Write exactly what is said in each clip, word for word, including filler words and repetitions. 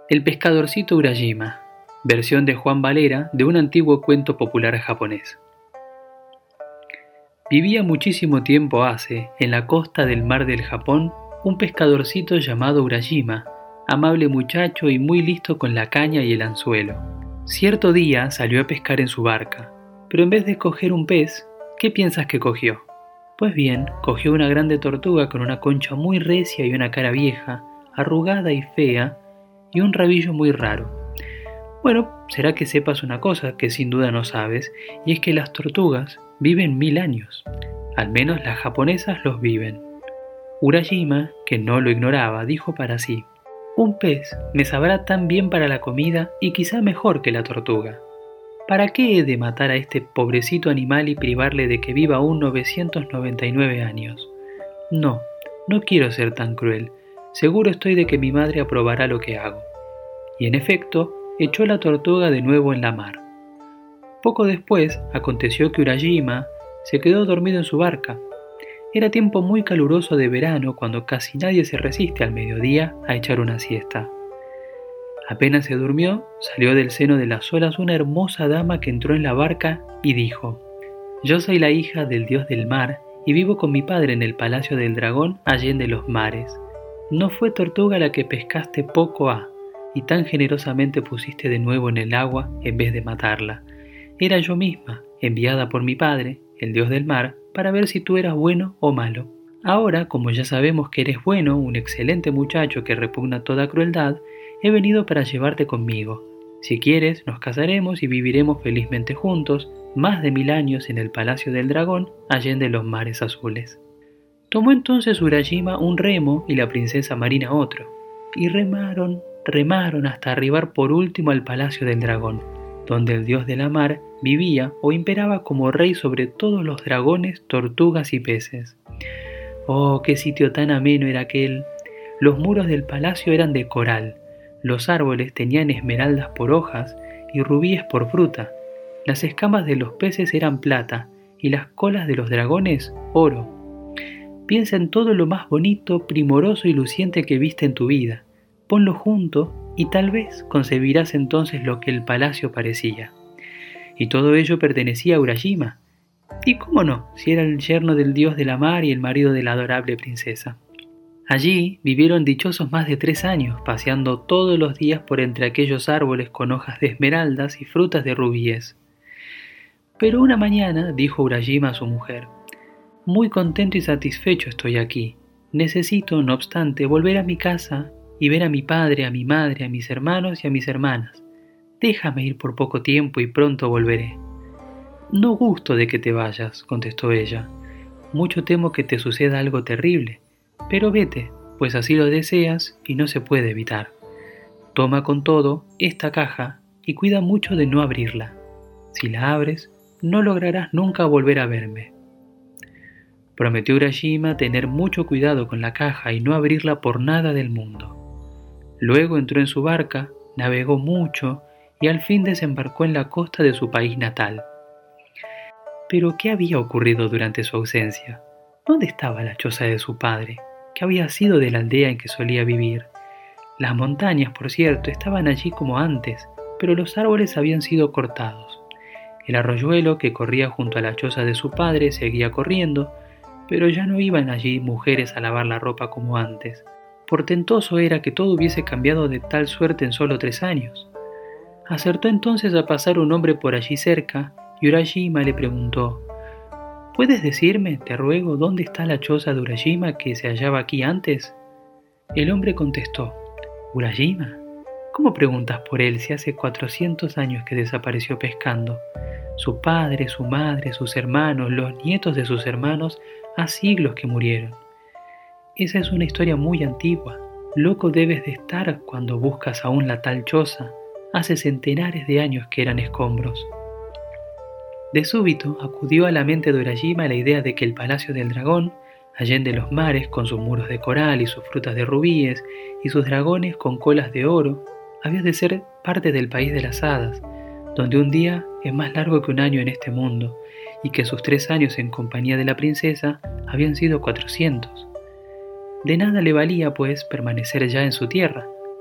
El pescadorcito Urajima, versión de Juan Valera de un antiguo cuento popular japonés. Vivía muchísimo tiempo hace, en la costa del mar del Japón, un pescadorcito llamado Urajima, amable muchacho y muy listo con la caña y el anzuelo. Cierto día salió a pescar en su barca, pero en vez de coger un pez, ¿qué piensas que cogió? Pues bien, cogió una grande tortuga con una concha muy recia y una cara vieja, arrugada y fea, y un rabillo muy raro. Bueno, será que sepas una cosa que sin duda no sabes, y es que las tortugas viven mil años. Al menos las japonesas los viven. Urajima, que no lo ignoraba, dijo para sí: un pez me sabrá tan bien para la comida y quizá mejor que la tortuga. ¿Para qué he de matar a este pobrecito animal y privarle de que viva aún novecientos noventa y nueve años? No, no quiero ser tan cruel. Seguro estoy de que mi madre aprobará lo que hago. Y en efecto, echó la tortuga de nuevo en la mar. Poco después, aconteció que Urajima se quedó dormido en su barca. Era tiempo muy caluroso de verano cuando casi nadie se resiste al mediodía a echar una siesta. Apenas se durmió, salió del seno de las olas una hermosa dama que entró en la barca y dijo: «Yo soy la hija del dios del mar y vivo con mi padre en el palacio del dragón allende los mares. ¿No fue tortuga la que pescaste poco ha y tan generosamente pusiste de nuevo en el agua en vez de matarla? Era yo misma, enviada por mi padre, el dios del mar, para ver si tú eras bueno o malo. Ahora, como ya sabemos que eres bueno, un excelente muchacho que repugna toda crueldad, he venido para llevarte conmigo. Si quieres, nos casaremos y viviremos felizmente juntos, más de mil años en el palacio del dragón, allende los mares azules». Tomó entonces Urajima un remo y la princesa Marina otro, y remaron, remaron hasta arribar por último al palacio del dragón, donde el dios de la mar vivía o imperaba como rey sobre todos los dragones, tortugas y peces. ¡Oh, qué sitio tan ameno era aquel! Los muros del palacio eran de coral, los árboles tenían esmeraldas por hojas y rubíes por fruta, las escamas de los peces eran plata y las colas de los dragones oro. Piensa en todo lo más bonito, primoroso y luciente que viste en tu vida. Ponlo junto y tal vez concebirás entonces lo que el palacio parecía. Y todo ello pertenecía a Urajima. Y cómo no, si era el yerno del dios de la mar y el marido de la adorable princesa. Allí vivieron dichosos más de tres años, paseando todos los días por entre aquellos árboles con hojas de esmeraldas y frutas de rubíes. Pero una mañana dijo Urajima a su mujer: «Muy contento y satisfecho estoy aquí. Necesito, no obstante, volver a mi casa y ver a mi padre, a mi madre, a mis hermanos y a mis hermanas. Déjame ir por poco tiempo y pronto volveré». «No gusto de que te vayas», contestó ella. «Mucho temo que te suceda algo terrible. Pero vete, pues así lo deseas y no se puede evitar. Toma con todo esta caja y cuida mucho de no abrirla. Si la abres, no lograrás nunca volver a verme». Prometió Urajima tener mucho cuidado con la caja y no abrirla por nada del mundo. Luego entró en su barca, navegó mucho y al fin desembarcó en la costa de su país natal. Pero ¿qué había ocurrido durante su ausencia? ¿Dónde estaba la choza de su padre? ¿Qué había sido de la aldea en que solía vivir? Las montañas, por cierto, estaban allí como antes, pero los árboles habían sido cortados. El arroyuelo que corría junto a la choza de su padre seguía corriendo, pero ya no iban allí mujeres a lavar la ropa como antes. Portentoso era que todo hubiese cambiado de tal suerte en solo tres años. Acertó entonces a pasar un hombre por allí cerca, y Urajima le preguntó: «¿Puedes decirme, te ruego, dónde está la choza de Urajima que se hallaba aquí antes?» El hombre contestó: «¿Urajima? ¿Cómo preguntas por él si hace cuatrocientos años que desapareció pescando? Su padre, su madre, sus hermanos, los nietos de sus hermanos, ha siglos que murieron. Esa es una historia muy antigua. Loco debes de estar cuando buscas aún la tal choza. Hace centenares de años que eran escombros». De súbito acudió a la mente de Urajima la idea de que el palacio del dragón, allende los mares con sus muros de coral y sus frutas de rubíes y sus dragones con colas de oro, había de ser parte del país de las hadas, donde un día es más largo que un año en este mundo, y que sus tres años en compañía de la princesa habían sido cuatrocientos. De nada le valía, pues, permanecer ya en su tierra.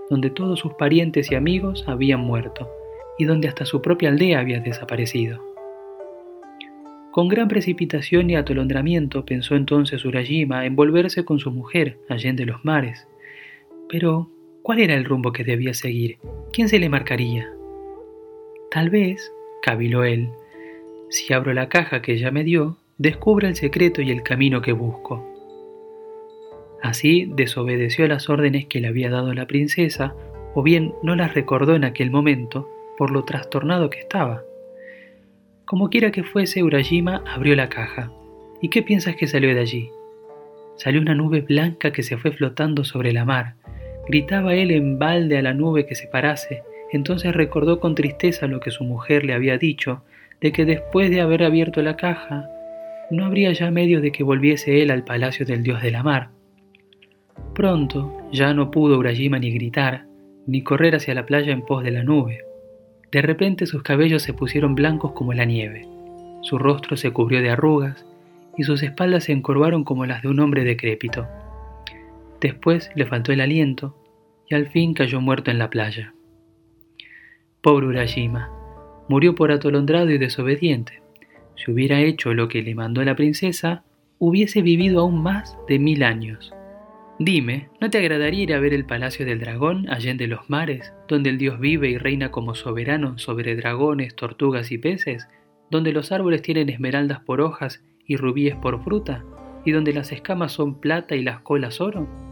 donde todos sus parientes y amigos habían muerto, y donde hasta su propia aldea había desaparecido. Con gran precipitación y atolondramiento pensó entonces Urajima en volverse con su mujer allende los mares. Pero, ¿cuál era el rumbo que debía seguir? ¿Quién se le marcaría? Tal vez, caviló él, si abro la caja que ella me dio, descubra el secreto y el camino que busco. Así desobedeció las órdenes que le había dado la princesa, o bien no las recordó en aquel momento por lo trastornado que estaba. Como quiera que fuese, Urajima abrió la caja. ¿Y qué piensas que salió de allí? Salió una nube blanca que se fue flotando sobre la mar. Gritaba él en balde a la nube que se parase. Entonces recordó con tristeza lo que su mujer le había dicho, de que después de haber abierto la caja, no habría ya medio de que volviese él al palacio del dios de la mar. Pronto ya no pudo Urajima ni gritar, ni correr hacia la playa en pos de la nube. De repente sus cabellos se pusieron blancos como la nieve, su rostro se cubrió de arrugas y sus espaldas se encorvaron como las de un hombre decrépito. Después le faltó el aliento y al fin cayó muerto en la playa. Pobre Urajima, murió por atolondrado y desobediente. Si hubiera hecho lo que le mandó la princesa, hubiese vivido aún más de mil años. Dime, ¿no te agradaría ir a ver el palacio del dragón allende los mares, donde el dios vive y reina como soberano sobre dragones, tortugas y peces, donde los árboles tienen esmeraldas por hojas y rubíes por fruta, y donde las escamas son plata y las colas oro?